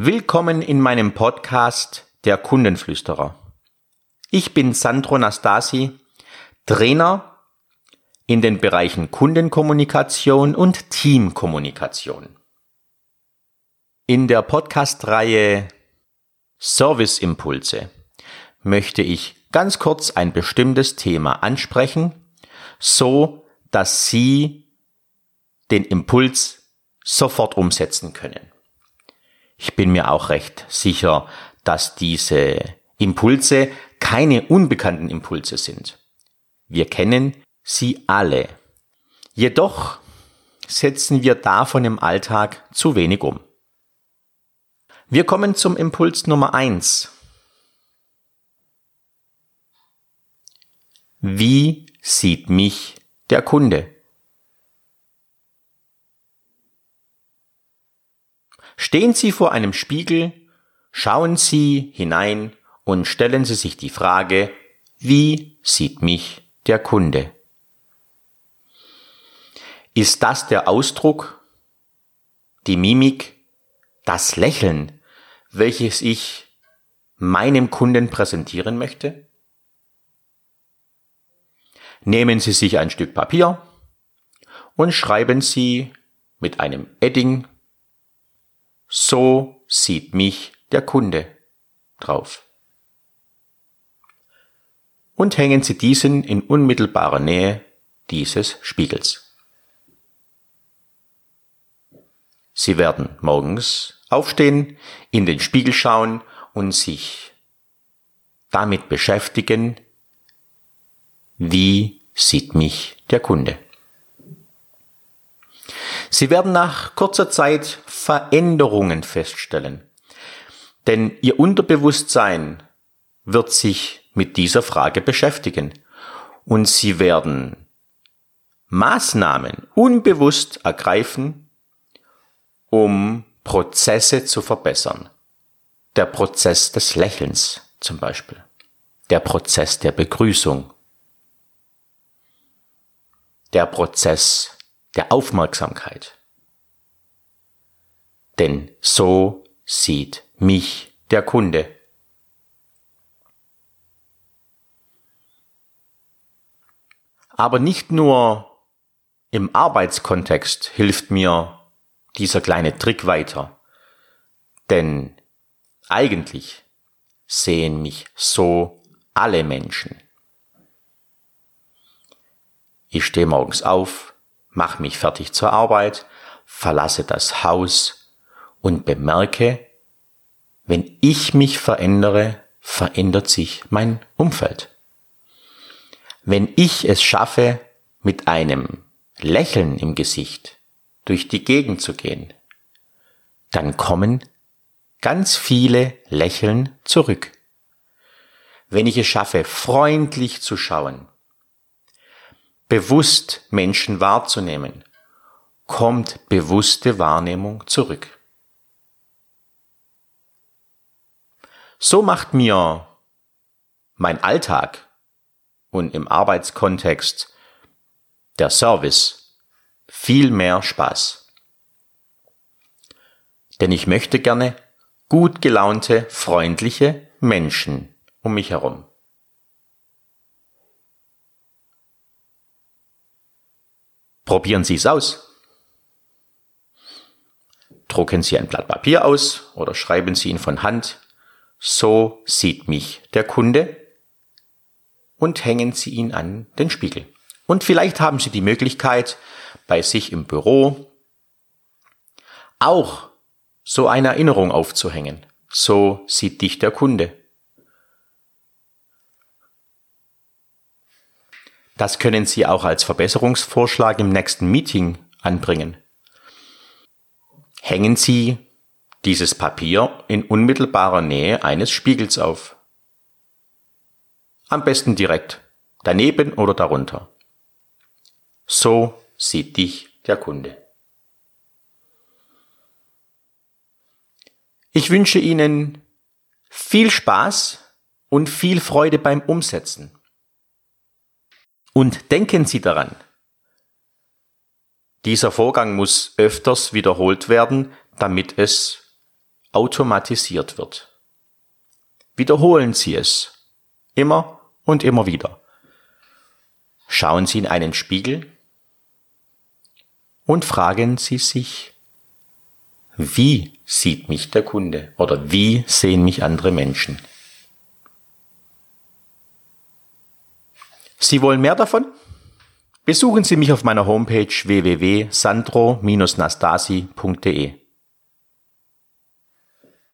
Willkommen in meinem Podcast Der Kundenflüsterer. Ich bin Sandro Nastasi, Trainer in den Bereichen Kundenkommunikation und Teamkommunikation. In der Podcast-Reihe Serviceimpulse möchte ich ganz kurz ein bestimmtes Thema ansprechen, so dass Sie den Impuls sofort umsetzen können. Ich bin mir auch recht sicher, dass diese Impulse keine unbekannten Impulse sind. Wir kennen sie alle. Jedoch setzen wir davon im Alltag zu wenig um. Wir kommen zum Impuls Nummer 1. Wie sieht mich der Kunde? Stehen Sie vor einem Spiegel, schauen Sie hinein und stellen Sie sich die Frage, wie sieht mich der Kunde? Ist das der Ausdruck, die Mimik, das Lächeln, welches ich meinem Kunden präsentieren möchte? Nehmen Sie sich ein Stück Papier und schreiben Sie mit einem Edding "So sieht mich der Kunde" drauf. Und hängen Sie diesen in unmittelbarer Nähe dieses Spiegels. Sie werden morgens aufstehen, in den Spiegel schauen und sich damit beschäftigen, wie sieht mich der Kunde. Sie werden nach kurzer Zeit Veränderungen feststellen, denn Ihr Unterbewusstsein wird sich mit dieser Frage beschäftigen und Sie werden Maßnahmen unbewusst ergreifen, um Prozesse zu verbessern. Der Prozess des Lächelns zum Beispiel, der Prozess der Begrüßung, der Prozess der Aufmerksamkeit. Denn so sieht mich der Kunde. Aber nicht nur im Arbeitskontext hilft mir dieser kleine Trick weiter, denn eigentlich sehen mich so alle Menschen. Ich stehe morgens auf, mache mich fertig zur Arbeit, verlasse das Haus und bemerke, wenn ich mich verändere, verändert sich mein Umfeld. Wenn ich es schaffe, mit einem Lächeln im Gesicht durch die Gegend zu gehen, dann kommen ganz viele Lächeln zurück. Wenn ich es schaffe, freundlich zu schauen, bewusst Menschen wahrzunehmen, kommt bewusste Wahrnehmung zurück. So macht mir mein Alltag und im Arbeitskontext der Service viel mehr Spaß. Denn ich möchte gerne gut gelaunte, freundliche Menschen um mich herum. Probieren Sie es aus. Drucken Sie ein Blatt Papier aus oder schreiben Sie ihn von Hand. So sieht mich der Kunde. Und hängen Sie ihn an den Spiegel. Und vielleicht haben Sie die Möglichkeit, bei sich im Büro auch so eine Erinnerung aufzuhängen. So sieht dich der Kunde. Das können Sie auch als Verbesserungsvorschlag im nächsten Meeting anbringen. Hängen Sie dieses Papier in unmittelbarer Nähe eines Spiegels auf. Am besten direkt daneben oder darunter. So sieht dich der Kunde. Ich wünsche Ihnen viel Spaß und viel Freude beim Umsetzen. Und denken Sie daran, dieser Vorgang muss öfters wiederholt werden, damit es automatisiert wird. Wiederholen Sie es immer und immer wieder. Schauen Sie in einen Spiegel und fragen Sie sich, wie sieht mich der Kunde oder wie sehen mich andere Menschen? Sie wollen mehr davon? Besuchen Sie mich auf meiner Homepage www.sandro-nastasi.de.